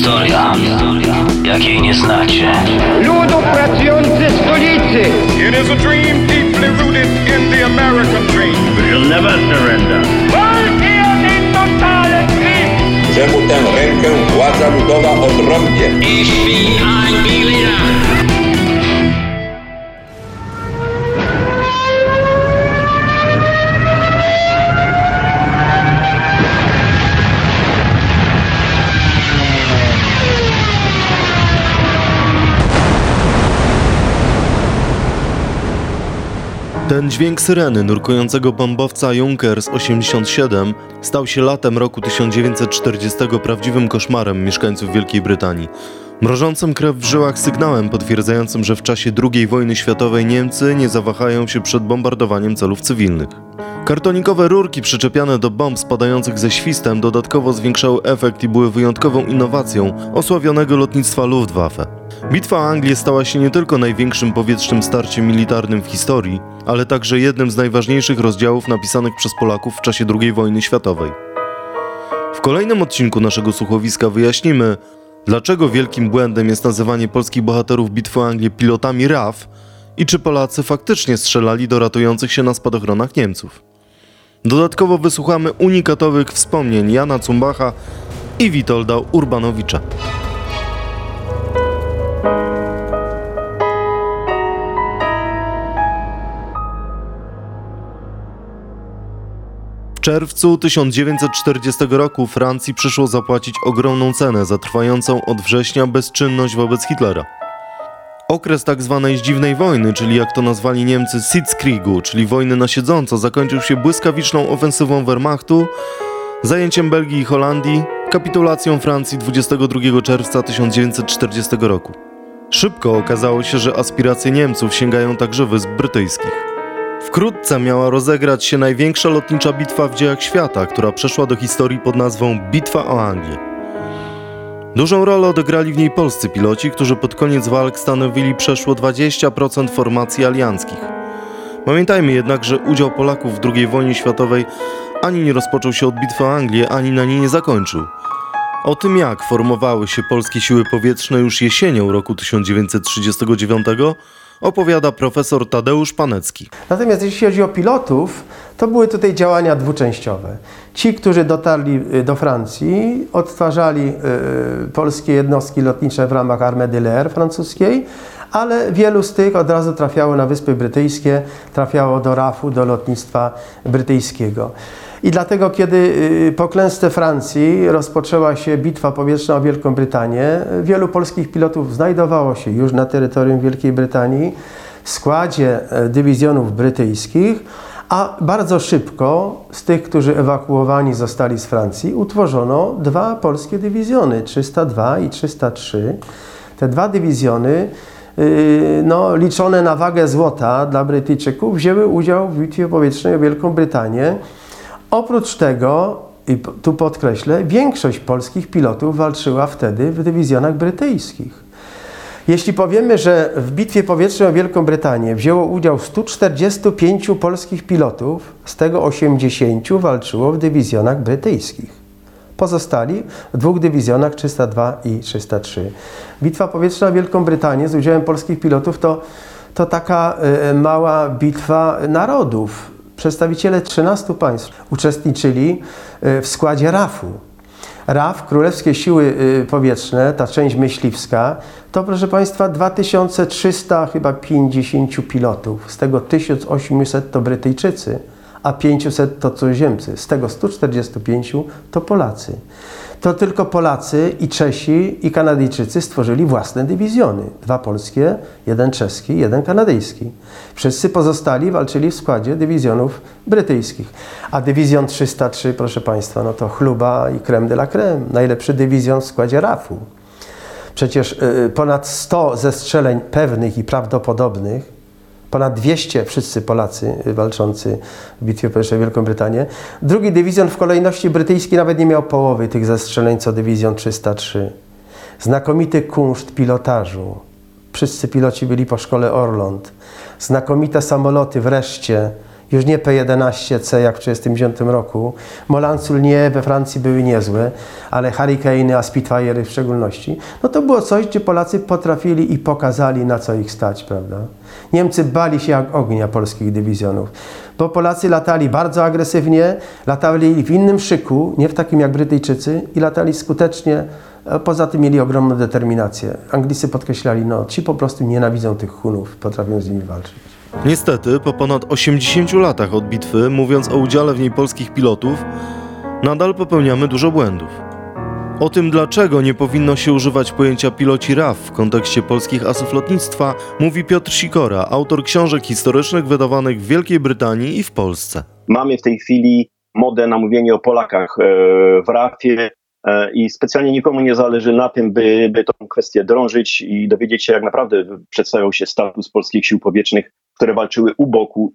historia, jakiej nie znacie. Ludu pracujący stolicy. It is a dream deeply rooted in the American dream. We'll never surrender. Czemu tę rękę władza ludowa odrąbie? Ich bin ein Berliner. Ten dźwięk syreny nurkującego bombowca Junkers 87 stał się latem roku 1940 prawdziwym koszmarem mieszkańców Wielkiej Brytanii. Mrożącym krew w żyłach sygnałem potwierdzającym, że w czasie II wojny światowej Niemcy nie zawahają się przed bombardowaniem celów cywilnych. Kartonikowe rurki przyczepiane do bomb spadających ze świstem dodatkowo zwiększały efekt i były wyjątkową innowacją osławionego lotnictwa Luftwaffe. Bitwa o Anglię stała się nie tylko największym powietrznym starciem militarnym w historii, ale także jednym z najważniejszych rozdziałów napisanych przez Polaków w czasie II wojny światowej. W kolejnym odcinku naszego słuchowiska wyjaśnimy, dlaczego wielkim błędem jest nazywanie polskich bohaterów Bitwy o Anglię pilotami RAF i czy Polacy faktycznie strzelali do ratujących się na spadochronach Niemców. Dodatkowo wysłuchamy unikatowych wspomnień Jana Cumbacha i Witolda Urbanowicza. W czerwcu 1940 roku Francji przyszło zapłacić ogromną cenę za trwającą od września bezczynność wobec Hitlera. Okres tzw. dziwnej wojny, czyli jak to nazwali Niemcy Sitzkriegu, czyli wojny na siedząco, zakończył się błyskawiczną ofensywą Wehrmachtu, zajęciem Belgii i Holandii, kapitulacją Francji 22 czerwca 1940 roku. Szybko okazało się, że aspiracje Niemców sięgają także Wysp Brytyjskich. Wkrótce miała rozegrać się największa lotnicza bitwa w dziejach świata, która przeszła do historii pod nazwą Bitwa o Anglię. Dużą rolę odegrali w niej polscy piloci, którzy pod koniec walk stanowili przeszło 20% formacji alianckich. Pamiętajmy jednak, że udział Polaków w II wojnie światowej ani nie rozpoczął się od Bitwy o Anglię, ani na niej nie zakończył. O tym, jak formowały się polskie siły powietrzne już jesienią roku 1939, opowiada profesor Tadeusz Panecki. Natomiast jeśli chodzi o pilotów, to były tutaj działania dwuczęściowe. Ci, którzy dotarli do Francji, odtwarzali polskie jednostki lotnicze w ramach Armée de l'Air francuskiej, ale wielu z tych od razu trafiało na Wyspy Brytyjskie, trafiało do RAF-u, do lotnictwa brytyjskiego. I dlatego, kiedy po klęsce Francji rozpoczęła się bitwa powietrzna o Wielką Brytanię, wielu polskich pilotów znajdowało się już na terytorium Wielkiej Brytanii w składzie dywizjonów brytyjskich, a bardzo szybko z tych, którzy ewakuowani zostali z Francji, utworzono dwa polskie dywizjony, 302 i 303. Te dwa dywizjony, liczone na wagę złota dla Brytyjczyków, wzięły udział w bitwie powietrznej o Wielką Brytanię. Oprócz tego, i tu podkreślę, większość polskich pilotów walczyła wtedy w dywizjonach brytyjskich. Jeśli powiemy, że w bitwie powietrznej o Wielką Brytanię wzięło udział 145 polskich pilotów, z tego 80 walczyło w dywizjonach brytyjskich. Pozostali w dwóch dywizjonach 302 i 303. Bitwa powietrzna o Wielką Brytanię z udziałem polskich pilotów to taka mała bitwa narodów. Przedstawiciele 13 państw uczestniczyli w składzie RAF-u. RAF, Królewskie Siły Powietrzne, ta część myśliwska, to proszę Państwa 2350 pilotów, z tego 1800 to Brytyjczycy, a 500 to cudzoziemcy, z tego 145 to Polacy. To tylko Polacy i Czesi i Kanadyjczycy stworzyli własne dywizjony. Dwa polskie, jeden czeski, jeden kanadyjski. Wszyscy pozostali walczyli w składzie dywizjonów brytyjskich. A dywizjon 303, proszę Państwa, no to chluba i crème de la crème. Najlepszy dywizjon w składzie RAF-u. Przecież ponad 100 zestrzeleń pewnych i prawdopodobnych, ponad 200 wszyscy Polacy walczący w bitwie powietrznej o Wielką Brytanię. Drugi dywizjon w kolejności brytyjskiej nawet nie miał połowy tych zestrzeleń co dywizjon 303. Znakomity kunszt pilotażu. Wszyscy piloci byli po szkole Orląt. Znakomite samoloty wreszcie Już nie P-11C jak w 1939 roku. Molan-Saulnier we Francji były niezłe, ale Hurricane'y, a Spitfire'y w szczególności. No to było coś, gdzie Polacy potrafili i pokazali, na co ich stać, prawda? Niemcy bali się jak ognia polskich dywizjonów, bo Polacy latali bardzo agresywnie, latali w innym szyku, nie w takim jak Brytyjczycy i latali skutecznie. Poza tym mieli ogromną determinację. Anglicy podkreślali, no ci po prostu nienawidzą tych Hunów, potrafią z nimi walczyć. Niestety, po ponad 80 latach od bitwy, mówiąc o udziale w niej polskich pilotów, nadal popełniamy dużo błędów. O tym, dlaczego nie powinno się używać pojęcia piloci RAF w kontekście polskich asów lotnictwa, mówi Piotr Sikora, autor książek historycznych wydawanych w Wielkiej Brytanii i w Polsce. Mamy w tej chwili modę na mówienie o Polakach w RAF-ie i specjalnie nikomu nie zależy na tym, by tą kwestię drążyć i dowiedzieć się, jak naprawdę przedstawiał się status polskich sił powietrznych, które walczyły u boku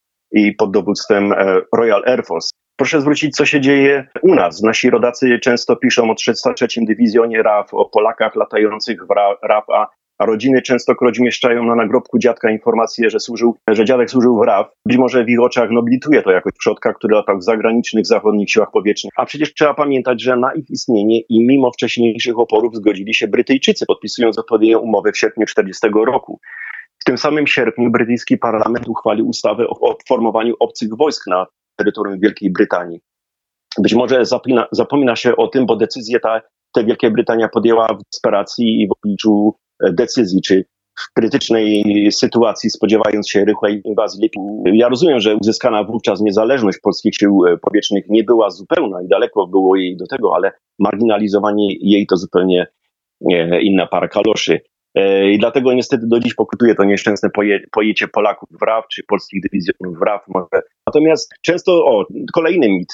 i pod dowództwem Royal Air Force. Proszę zwrócić, co się dzieje u nas. Nasi rodacy często piszą o 303 Dywizjonie RAF, o Polakach latających w RAF, a rodziny częstokroć umieszczają na nagrobku dziadka informację, że dziadek służył w RAF. Być może w ich oczach nobilituje to jakoś przodka, który latał w zagranicznych, zachodnich siłach powietrznych. A przecież trzeba pamiętać, że na ich istnienie i mimo wcześniejszych oporów zgodzili się Brytyjczycy, podpisując odpowiednią umowę w sierpniu 1940 roku. W tym samym sierpniu brytyjski parlament uchwalił ustawę o formowaniu obcych wojsk na terytorium Wielkiej Brytanii. Być może zapomina się o tym, bo decyzję tę Wielka Brytania podjęła w desperacji i w obliczu decyzji, czy w krytycznej sytuacji, spodziewając się rychłej inwazji. Ja rozumiem, że uzyskana wówczas niezależność polskich sił powietrznych nie była zupełna i daleko było jej do tego, ale marginalizowanie jej to zupełnie inna para kaloszy. I dlatego niestety do dziś pokutuje to nieszczęsne pojęcie Polaków w RAF, czy polskich dywizjonów w RAF. Natomiast często, kolejny mit,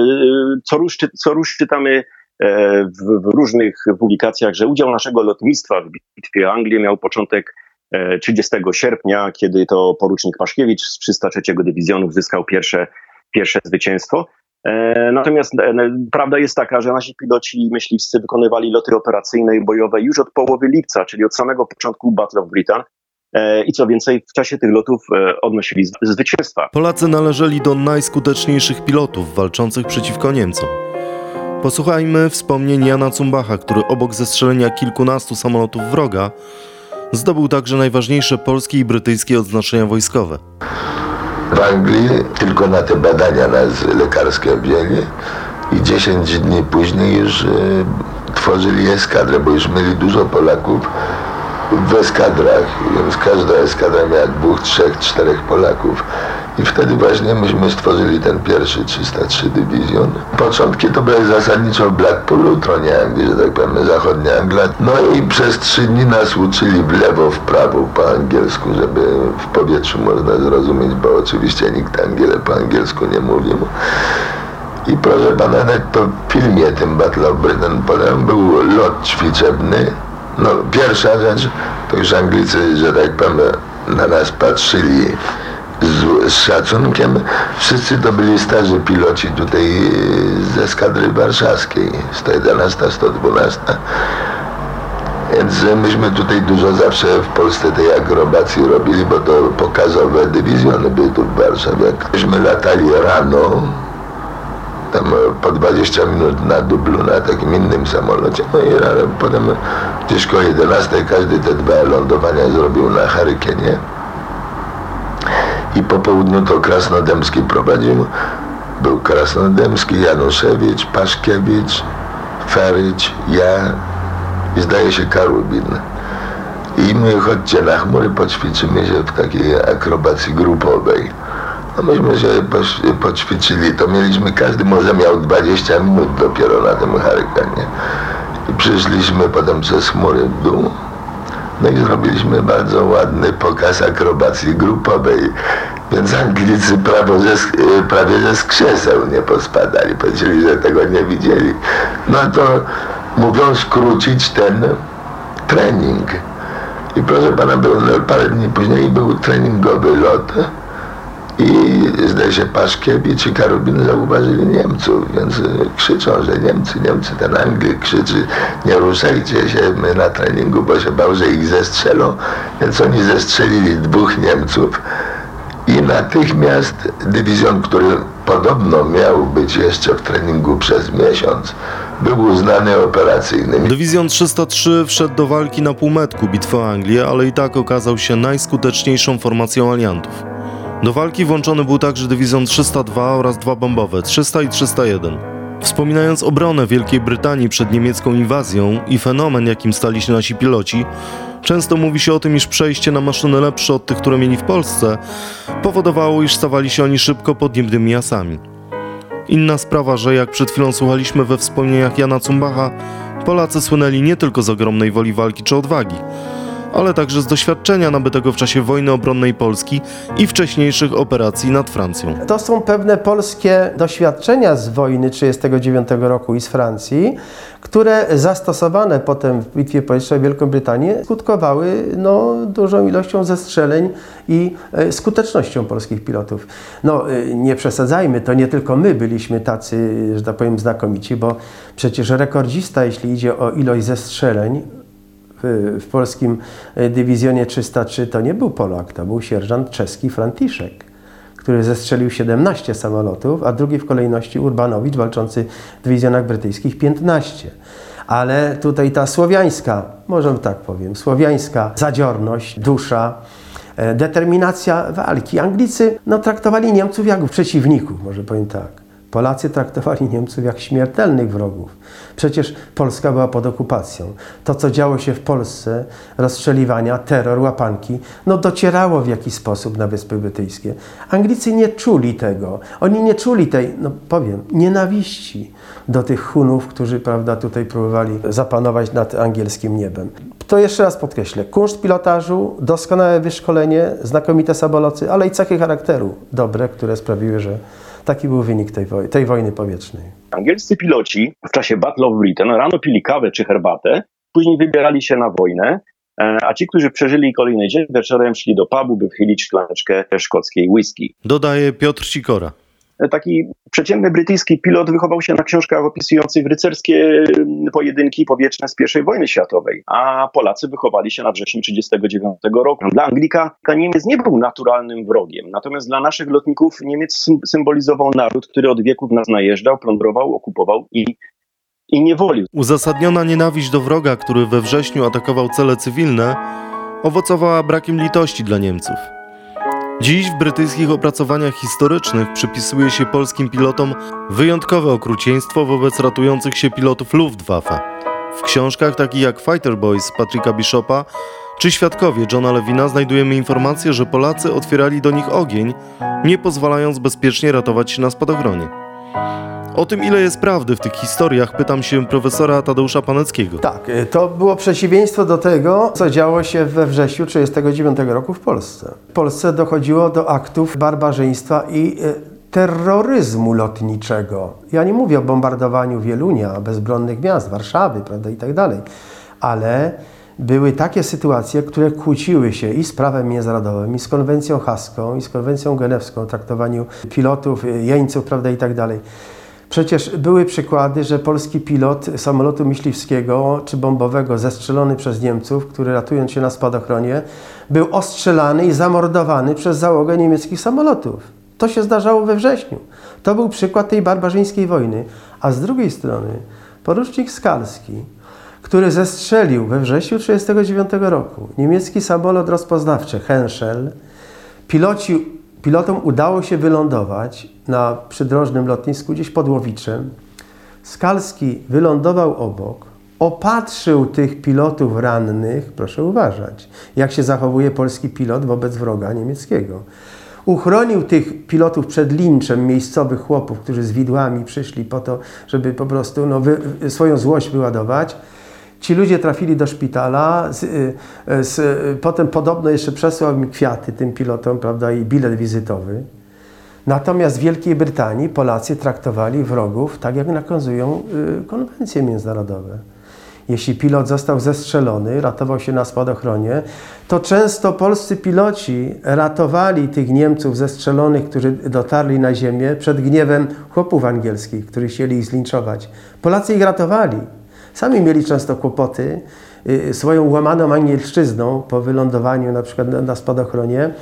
co rusz czytamy w różnych publikacjach, że udział naszego lotnictwa w bitwie o Anglię miał początek 30 sierpnia, kiedy to porucznik Paszkiewicz z 303 Dywizjonu uzyskał pierwsze zwycięstwo. Natomiast prawda jest taka, że nasi piloci i myśliwscy wykonywali loty operacyjne i bojowe już od połowy lipca, czyli od samego początku Battle of Britain. I co więcej, w czasie tych lotów odnosili zwycięstwa. Polacy należeli do najskuteczniejszych pilotów walczących przeciwko Niemcom. Posłuchajmy wspomnień Jana Cumbacha, który obok zestrzelenia kilkunastu samolotów wroga zdobył także najważniejsze polskie i brytyjskie odznaczenia wojskowe. W Anglii tylko na te badania nas lekarskie wzięli i 10 dni później już tworzyli eskadrę, bo już mieli dużo Polaków w eskadrach, więc każda eskadra miała 2, 3, 4 Polaków. I wtedy właśnie myśmy stworzyli ten pierwszy 303 Dywizjon. Początki to były zasadniczo w Blackpoolu, tronie Anglii, że tak powiem, zachodnia Anglia. No i przez 3 dni nas uczyli w lewo, w prawo po angielsku, żeby w powietrzu można zrozumieć, bo oczywiście nikt po angielsku nie mówił. I proszę pana, to w filmie tym Battle of Britain był lot ćwiczebny. No pierwsza rzecz, to już Anglicy, że tak powiem, na nas patrzyli z szacunkiem. Wszyscy to byli starzy piloci tutaj z eskadry warszawskiej, 111, 112. Więc myśmy tutaj dużo zawsze w Polsce tej akrobacji robili, bo to pokazowe dywizjony były tu w Warszawie. Myśmy latali rano, tam po 20 minut na dublu, na takim innym samolocie. No i potem gdzieś koło 11 każdy te 2 lądowania zrobił na Hurricane'ie. I po południu to Krasnodębski prowadził. Był Krasnodębski, Januszewicz, Paszkiewicz, Feryć, ja i zdaje się Karubin. I my chodźcie na chmury, poćwiczymy się w takiej akrobacji grupowej. No myśmy się poćwiczyli, to mieliśmy, każdy może miał 20 minut dopiero na tym Hurricanie. I przyszliśmy potem przez chmury w dół. No i zrobiliśmy bardzo ładny pokaz akrobacji grupowej, więc Anglicy prawie że z krzeseł nie pospadali, powiedzieli, że tego nie widzieli. No to mówią skrócić ten trening. I proszę pana, był parę dni później był treningowy lot i zdaje się Paszkiewicz i Karubin zauważyli Niemców, więc krzyczą, że Niemcy, ten Anglik krzyczy, nie ruszajcie się, my na treningu, bo się bał, że ich zestrzelą, więc oni zestrzelili 2 Niemców i natychmiast dywizjon, który podobno miał być jeszcze w treningu przez miesiąc, był uznany operacyjnym. Dywizjon 303 wszedł do walki na półmetku bitwy o Anglię, ale i tak okazał się najskuteczniejszą formacją aliantów. Do walki włączony był także dywizjon 302 oraz dwa bombowe, 300 i 301. Wspominając obronę Wielkiej Brytanii przed niemiecką inwazją i fenomen, jakim stali się nasi piloci, często mówi się o tym, iż przejście na maszyny lepsze od tych, które mieli w Polsce, powodowało, iż stawali się oni szybko podniebnymi asami. Inna sprawa, że jak przed chwilą słuchaliśmy we wspomnieniach Jana Cumbacha, Polacy słynęli nie tylko z ogromnej woli walki czy odwagi, ale także z doświadczenia nabytego w czasie wojny obronnej Polski i wcześniejszych operacji nad Francją. To są pewne polskie doświadczenia z wojny 1939 roku i z Francji, które zastosowane potem w bitwie powietrznej Wielką Brytanię skutkowały dużą ilością zestrzeleń i skutecznością polskich pilotów. Nie przesadzajmy, to nie tylko my byliśmy tacy, że tak powiem, znakomici, bo przecież rekordzista, jeśli idzie o ilość zestrzeleń, w polskim dywizjonie 303 to nie był Polak, to był sierżant czeski Franciszek, który zestrzelił 17 samolotów, a drugi w kolejności Urbanowicz, walczący w dywizjonach brytyjskich 15. Ale tutaj ta słowiańska, może tak powiem, słowiańska zadziorność, dusza, determinacja walki. Anglicy traktowali Niemców jak przeciwników, może powiem tak. Polacy traktowali Niemców jak śmiertelnych wrogów. Przecież Polska była pod okupacją. To, co działo się w Polsce, rozstrzeliwania, terror, łapanki, docierało w jakiś sposób na Wyspy Brytyjskie. Anglicy nie czuli tego. Oni nie czuli tej, nienawiści do tych Hunów, którzy, tutaj próbowali zapanować nad angielskim niebem. To jeszcze raz podkreślę. Kunszt pilotażu, doskonałe wyszkolenie, znakomite samoloty, ale i cechy charakteru dobre, które sprawiły, że taki był wynik tej wojny powietrznej. Angielscy piloci w czasie Battle of Britain rano pili kawę czy herbatę, później wybierali się na wojnę, a ci, którzy przeżyli kolejny dzień, wieczorem szli do pubu, by wchylić szklaneczkę szkockiej whisky. Dodaje Piotr Sikora. Taki przeciętny brytyjski pilot wychował się na książkach opisujących rycerskie pojedynki powietrzne z I wojny światowej, a Polacy wychowali się na wrześniu 1939 roku. Dla Anglika Niemiec nie był naturalnym wrogiem, natomiast dla naszych lotników Niemiec symbolizował naród, który od wieków nas najeżdżał, plądrował, okupował i niewolił. Uzasadniona nienawiść do wroga, który we wrześniu atakował cele cywilne, owocowała brakiem litości dla Niemców. Dziś w brytyjskich opracowaniach historycznych przypisuje się polskim pilotom wyjątkowe okrucieństwo wobec ratujących się pilotów Luftwaffe. W książkach takich jak Fighter Boys Patricka Bishopa czy Świadkowie Johna Levina znajdujemy informację, że Polacy otwierali do nich ogień, nie pozwalając bezpiecznie ratować się na spadochronie. O tym, ile jest prawdy w tych historiach, pytam się profesora Tadeusza Paneckiego. Tak, to było przeciwieństwo do tego, co działo się we wrześniu 1939 roku w Polsce. W Polsce dochodziło do aktów barbarzyństwa i terroryzmu lotniczego. Ja nie mówię o bombardowaniu Wielunia, bezbronnych miast, Warszawy, i tak dalej, ale były takie sytuacje, które kłóciły się i z prawem międzynarodowym, i z konwencją haską, i z konwencją genewską o traktowaniu pilotów, jeńców, i tak dalej. Przecież były przykłady, że polski pilot samolotu myśliwskiego czy bombowego zestrzelony przez Niemców, który ratując się na spadochronie, był ostrzelany i zamordowany przez załogę niemieckich samolotów. To się zdarzało we wrześniu. To był przykład tej barbarzyńskiej wojny. A z drugiej strony porucznik Skalski, który zestrzelił we wrześniu 1939 roku niemiecki samolot rozpoznawczy Henschel, pilotom udało się wylądować na przydrożnym lotnisku gdzieś pod Łowiczem. Skalski wylądował obok, opatrzył tych pilotów rannych, proszę uważać, jak się zachowuje polski pilot wobec wroga niemieckiego. Uchronił tych pilotów przed linczem miejscowych chłopów, którzy z widłami przyszli po to, żeby po prostu swoją złość wyładować. Ci ludzie trafili do szpitala, potem podobno jeszcze przesłał mi kwiaty tym pilotom, i bilet wizytowy. Natomiast w Wielkiej Brytanii Polacy traktowali wrogów tak, jak nakazują konwencje międzynarodowe. Jeśli pilot został zestrzelony, ratował się na spadochronie, to często polscy piloci ratowali tych Niemców zestrzelonych, którzy dotarli na ziemię, przed gniewem chłopów angielskich, którzy chcieli ich zlinczować. Polacy ich ratowali. Sami mieli często kłopoty swoją łamaną angielszczyzną po wylądowaniu na przykład na spadochronie.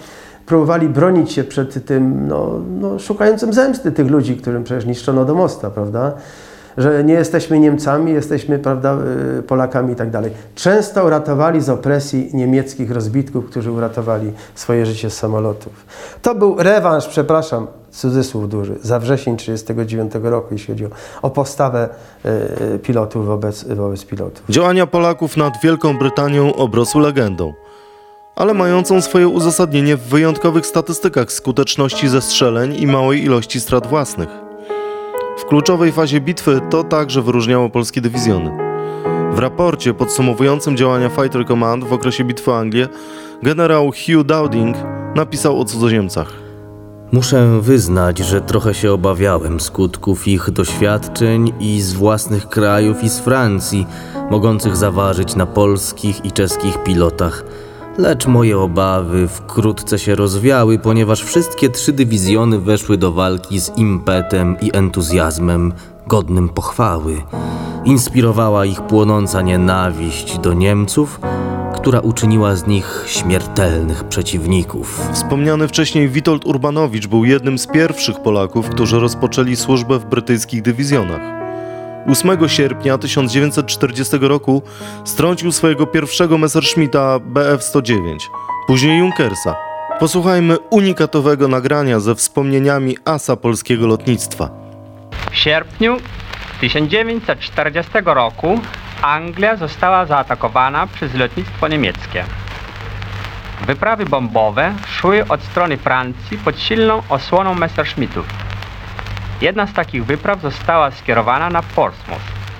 próbowali bronić się przed tym, szukającym zemsty tych ludzi, którym przecież niszczono domostwa, prawda? Że nie jesteśmy Niemcami, jesteśmy, prawda, Polakami i tak dalej. Często uratowali z opresji niemieckich rozbitków, którzy uratowali swoje życie z samolotów. To był rewanż, przepraszam, cudzysłów duży, za wrzesień 1939 roku, jeśli chodzi o postawę pilotów wobec pilotów. Działania Polaków nad Wielką Brytanią obrosły legendą, ale mającą swoje uzasadnienie w wyjątkowych statystykach skuteczności zestrzeleń i małej ilości strat własnych. W kluczowej fazie bitwy to także wyróżniało polskie dywizjony. W raporcie podsumowującym działania Fighter Command w okresie bitwy o Anglię generał Hugh Dowding napisał o cudzoziemcach. Muszę wyznać, że trochę się obawiałem skutków ich doświadczeń i z własnych krajów i z Francji, mogących zaważyć na polskich i czeskich pilotach. Lecz moje obawy wkrótce się rozwiały, ponieważ wszystkie 3 dywizjony weszły do walki z impetem i entuzjazmem godnym pochwały. Inspirowała ich płonąca nienawiść do Niemców, która uczyniła z nich śmiertelnych przeciwników. Wspomniany wcześniej Witold Urbanowicz był jednym z pierwszych Polaków, którzy rozpoczęli służbę w brytyjskich dywizjonach. 8 sierpnia 1940 roku strącił swojego pierwszego Messerschmitta Bf-109, później Junkersa. Posłuchajmy unikatowego nagrania ze wspomnieniami asa polskiego lotnictwa. W sierpniu 1940 roku Anglia została zaatakowana przez lotnictwo niemieckie. Wyprawy bombowe szły od strony Francji pod silną osłoną Messerschmittów. Jedna z takich wypraw została skierowana na Portsmouth.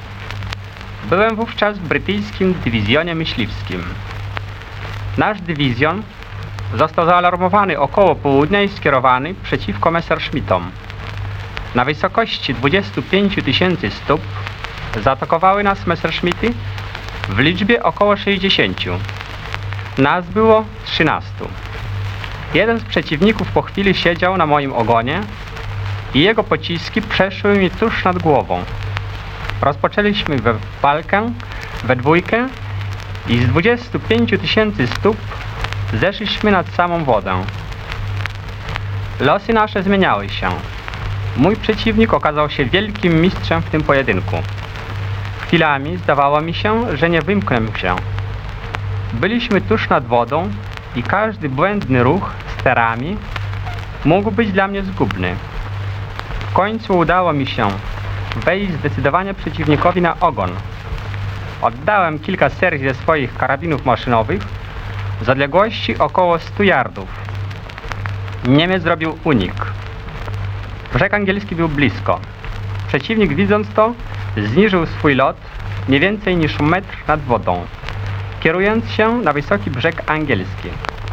Byłem wówczas w brytyjskim dywizjonie myśliwskim. Nasz dywizjon został zaalarmowany około południa i skierowany przeciwko Messerschmittom. Na wysokości 25 000 stóp zaatakowały nas Messerschmitty w liczbie około 60. Nas było 13. Jeden z przeciwników po chwili siedział na moim ogonie i jego pociski przeszły mi tuż nad głową. Rozpoczęliśmy walkę we dwójkę i z 25 000 stóp zeszliśmy nad samą wodę. Losy nasze zmieniały się. Mój przeciwnik okazał się wielkim mistrzem w tym pojedynku. Chwilami zdawało mi się, że nie wymknę się. Byliśmy tuż nad wodą i każdy błędny ruch sterami mógł być dla mnie zgubny. W końcu udało mi się wejść zdecydowanie przeciwnikowi na ogon. Oddałem kilka serii ze swoich karabinów maszynowych z odległości około 100 yardów. Niemiec zrobił unik. Brzeg angielski był blisko. Przeciwnik, widząc to, zniżył swój lot nie więcej niż metr nad wodą, kierując się na wysoki brzeg angielski.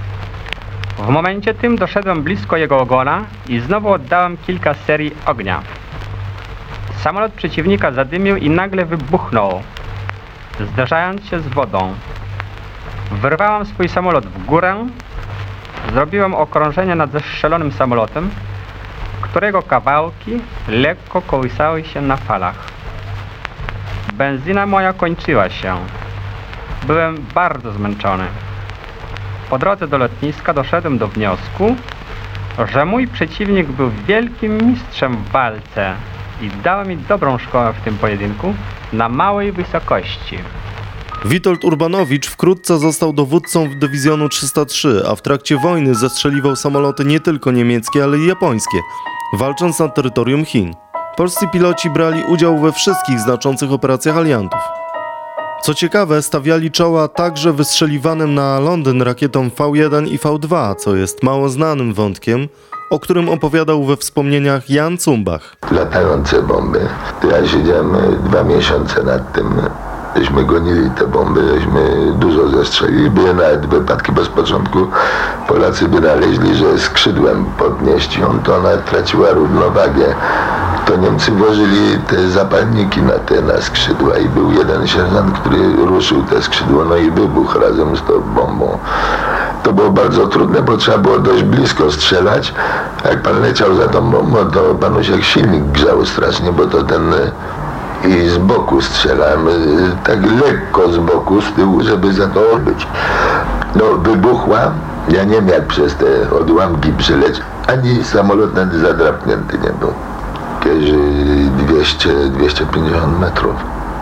W momencie tym doszedłem blisko jego ogona i znowu oddałem kilka serii ognia. Samolot przeciwnika zadymił i nagle wybuchnął, zderzając się z wodą. Wyrwałem swój samolot w górę, zrobiłem okrążenie nad zestrzelonym samolotem, którego kawałki lekko kołysały się na falach. Benzyna moja kończyła się. Byłem bardzo zmęczony. Po drodze do lotniska doszedłem do wniosku, że mój przeciwnik był wielkim mistrzem w walce i dał mi dobrą szkołę w tym pojedynku na małej wysokości. Witold Urbanowicz wkrótce został dowódcą dywizjonu 303, a w trakcie wojny zestrzeliwał samoloty nie tylko niemieckie, ale i japońskie, walcząc na terytorium Chin. Polscy piloci brali udział we wszystkich znaczących operacjach aliantów. Co ciekawe, stawiali czoła także wystrzeliwanym na Londyn rakietom V1 i V2, co jest mało znanym wątkiem, o którym opowiadał we wspomnieniach Jan Cumbach. Latające bomby. Ja siedziałem 2 miesiące nad tym. Żeśmy gonili te bomby, żeśmy dużo zestrzelili. Były nawet wypadki, bo z początku Polacy wynaleźli, że skrzydłem podnieść ją, to ona traciła równowagę. To Niemcy włożyli te zapalniki na skrzydła i był jeden sierżant, który ruszył te skrzydło, no i wybuchł razem z tą bombą. To było bardzo trudne, bo trzeba było dość blisko strzelać. Jak pan leciał za tą bombą, to panu się silnik grzał strasznie, bo to ten... I z boku strzelałem, tak lekko z boku, z tyłu, żeby za to odbyć. No, wybuchła Ja nie wiem, jak przez te odłamki przylecieć. Ani samolot nawet zadrapnięty nie był. Jakieś 200-250 metrów.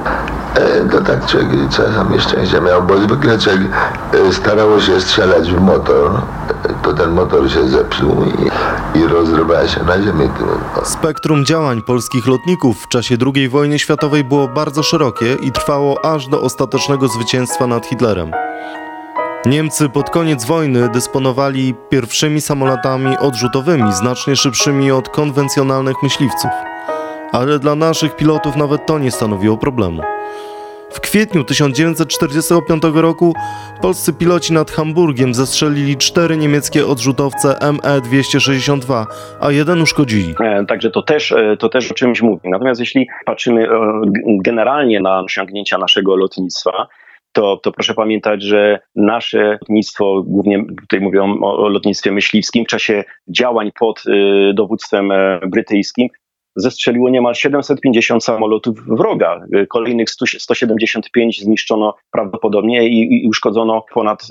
To tak człowiek czasami szczęścia miał, bo zwykle człowiek starało się strzelać w motor, to ten motor się zepsuł i rozrywała się na ziemi. Spektrum działań polskich lotników w czasie II wojny światowej było bardzo szerokie i trwało aż do ostatecznego zwycięstwa nad Hitlerem. Niemcy pod koniec wojny dysponowali pierwszymi samolotami odrzutowymi, znacznie szybszymi od konwencjonalnych myśliwców. Ale dla naszych pilotów nawet to nie stanowiło problemu. W kwietniu 1945 roku polscy piloci nad Hamburgiem zestrzelili 4 niemieckie odrzutowce ME-262, a jeden uszkodzili. Także to też o czymś mówi. Natomiast jeśli patrzymy generalnie na osiągnięcia naszego lotnictwa, to proszę pamiętać, że nasze lotnictwo, głównie tutaj mówię o lotnictwie myśliwskim, w czasie działań pod dowództwem brytyjskim zestrzeliło niemal 750 samolotów wroga. Kolejnych 175 zniszczono prawdopodobnie i uszkodzono ponad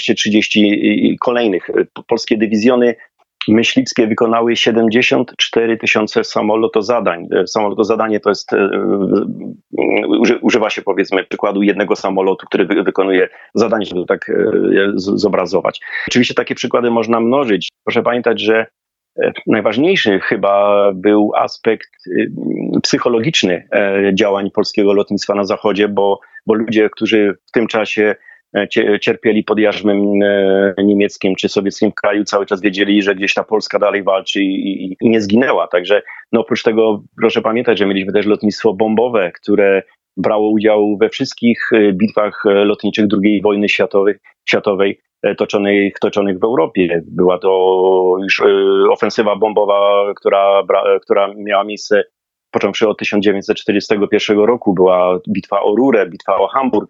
230 kolejnych. Polskie dywizjony myśliwskie wykonały 74 000 samolotozadań. Samolotozadanie to jest, używa się powiedzmy przykładu jednego samolotu, który wykonuje zadanie, żeby tak zobrazować. Oczywiście takie przykłady można mnożyć. Proszę pamiętać, że najważniejszy chyba był aspekt psychologiczny działań polskiego lotnictwa na Zachodzie, bo ludzie, którzy w tym czasie cierpieli pod jarzmem niemieckim czy sowieckim w kraju, cały czas wiedzieli, że gdzieś ta Polska dalej walczy i nie zginęła. Także oprócz tego proszę pamiętać, że mieliśmy też lotnictwo bombowe, które brało udział we wszystkich bitwach lotniczych II wojny światowej toczonych w Europie. Była to już ofensywa bombowa, która miała miejsce począwszy od 1941 roku. Była bitwa o Rurę, bitwa o Hamburg,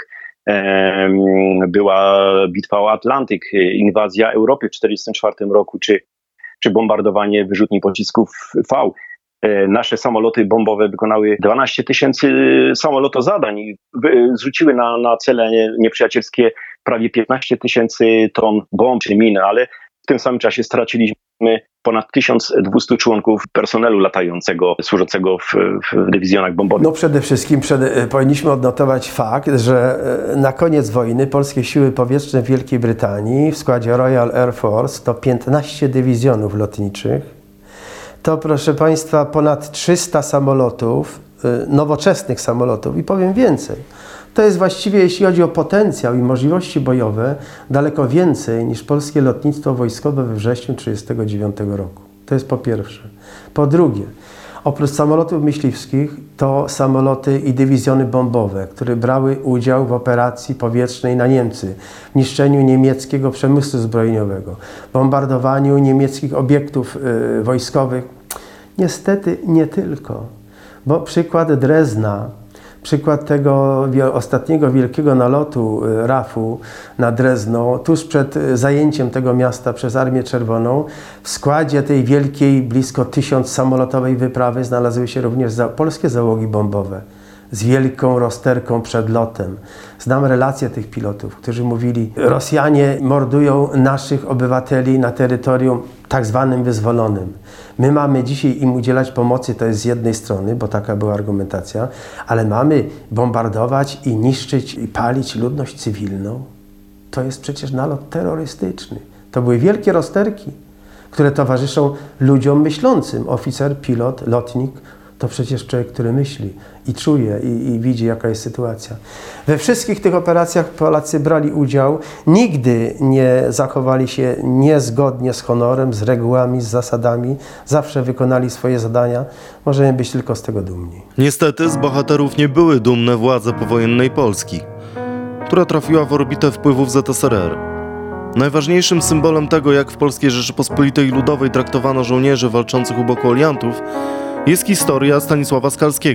była bitwa o Atlantyk, inwazja Europy w 1944 roku, czy bombardowanie wyrzutni pocisków V. Nasze samoloty bombowe wykonały 12 000 samolotozadań i zrzuciły na cele nieprzyjacielskie prawie 15 000 ton bomb czy min, ale w tym samym czasie straciliśmy ponad 1200 członków personelu latającego, służącego w dywizjonach bombowych. No przede wszystkim powinniśmy odnotować fakt, że na koniec wojny polskie siły powietrzne w Wielkiej Brytanii w składzie Royal Air Force to 15 dywizjonów lotniczych. To, proszę Państwa, ponad 300 samolotów, nowoczesnych samolotów i powiem więcej. To jest właściwie, jeśli chodzi o potencjał i możliwości bojowe, daleko więcej niż polskie lotnictwo wojskowe we wrześniu 1939 roku. To jest po pierwsze. Po drugie, oprócz samolotów myśliwskich, to samoloty i dywizjony bombowe, które brały udział w operacji powietrznej na Niemcy, w niszczeniu niemieckiego przemysłu zbrojeniowego, bombardowaniu niemieckich obiektów wojskowych. Niestety nie tylko, bo przykład Drezna, przykład tego ostatniego wielkiego nalotu RAF-u na Drezno, tuż przed zajęciem tego miasta przez Armię Czerwoną, w składzie tej wielkiej, blisko 1000 samolotowej wyprawy znalazły się również polskie załogi bombowe z wielką rozterką przed lotem. Znam relacje tych pilotów, którzy mówili, Rosjanie mordują naszych obywateli na terytorium tak zwanym wyzwolonym. My mamy dzisiaj im udzielać pomocy, to jest z jednej strony, bo taka była argumentacja, ale mamy bombardować i niszczyć i palić ludność cywilną. To jest przecież nalot terrorystyczny. To były wielkie rozterki, które towarzyszą ludziom myślącym. Oficer, pilot, lotnik, to przecież człowiek, który myśli i czuje i widzi, jaka jest sytuacja. We wszystkich tych operacjach Polacy brali udział, nigdy nie zachowali się niezgodnie z honorem, z regułami, z zasadami, zawsze wykonali swoje zadania. Możemy być tylko z tego dumni. Niestety z bohaterów nie były dumne władze powojennej Polski, która trafiła w orbitę wpływów ZSRR. Najważniejszym symbolem tego, jak w Polskiej Rzeczypospolitej Ludowej traktowano żołnierzy walczących u boku aliantów, jest historia Stanisława Skalskiego,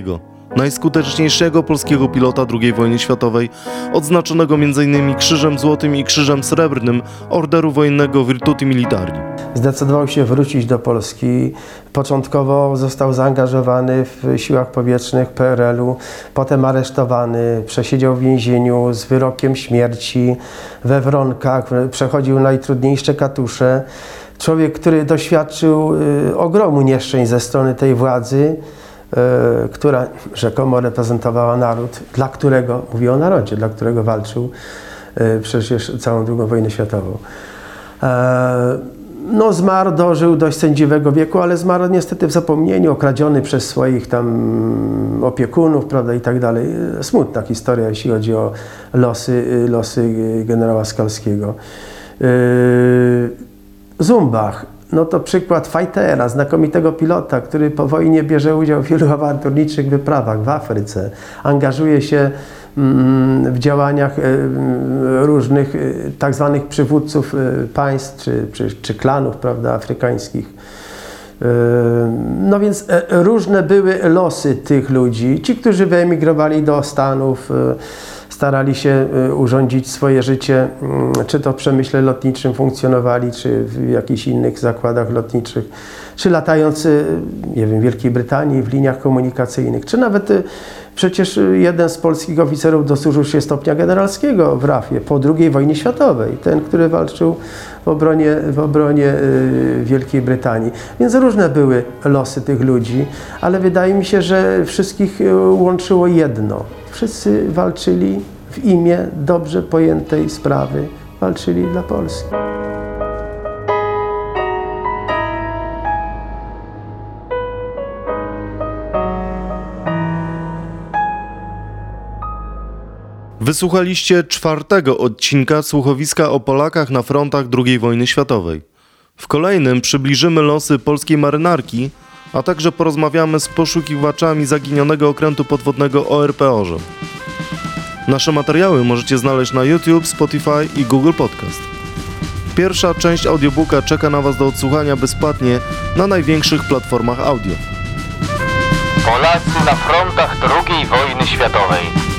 najskuteczniejszego polskiego pilota II wojny światowej, odznaczonego m.in. Krzyżem Złotym i Krzyżem Srebrnym Orderu Wojennego Virtuti Militari. Zdecydował się wrócić do Polski. Początkowo został zaangażowany w siłach powietrznych PRL-u, potem aresztowany, przesiedział w więzieniu z wyrokiem śmierci we Wronkach, przechodził najtrudniejsze katusze. Człowiek, który doświadczył ogromu nieszczęść ze strony tej władzy, która rzekomo reprezentowała naród, dla którego, mówię o narodzie, dla którego walczył przecież całą II wojnę światową. No, zmarł, dożył dość sędziwego wieku, ale zmarł niestety w zapomnieniu, okradziony przez swoich tam opiekunów, prawda, i tak dalej. Smutna historia, jeśli chodzi o losy generała Skalskiego. Zumbach, no to przykład fightera, znakomitego pilota, który po wojnie bierze udział w wielu awanturniczych wyprawach w Afryce, angażuje się w działaniach różnych tak zwanych przywódców państw czy klanów, prawda, afrykańskich. No więc różne były losy tych ludzi. Ci, którzy wyemigrowali do Stanów, starali się urządzić swoje życie, czy to w przemyśle lotniczym funkcjonowali, czy w jakichś innych zakładach lotniczych, czy latając, nie wiem, w Wielkiej Brytanii, w liniach komunikacyjnych, czy nawet przecież jeden z polskich oficerów dosłużył się stopnia generalskiego w RAF-ie po II wojnie światowej, ten, który walczył w obronie Wielkiej Brytanii. Więc różne były losy tych ludzi, ale wydaje mi się, że wszystkich łączyło jedno. Wszyscy walczyli w imię dobrze pojętej sprawy, walczyli dla Polski. Wysłuchaliście 4. odcinka słuchowiska o Polakach na frontach II wojny światowej. W kolejnym przybliżymy losy polskiej marynarki, a także porozmawiamy z poszukiwaczami zaginionego okrętu podwodnego ORP Orzeł. Nasze materiały możecie znaleźć na YouTube, Spotify i Google Podcast. Pierwsza część audiobooka czeka na Was do odsłuchania bezpłatnie na największych platformach audio. Polacy na frontach II wojny światowej.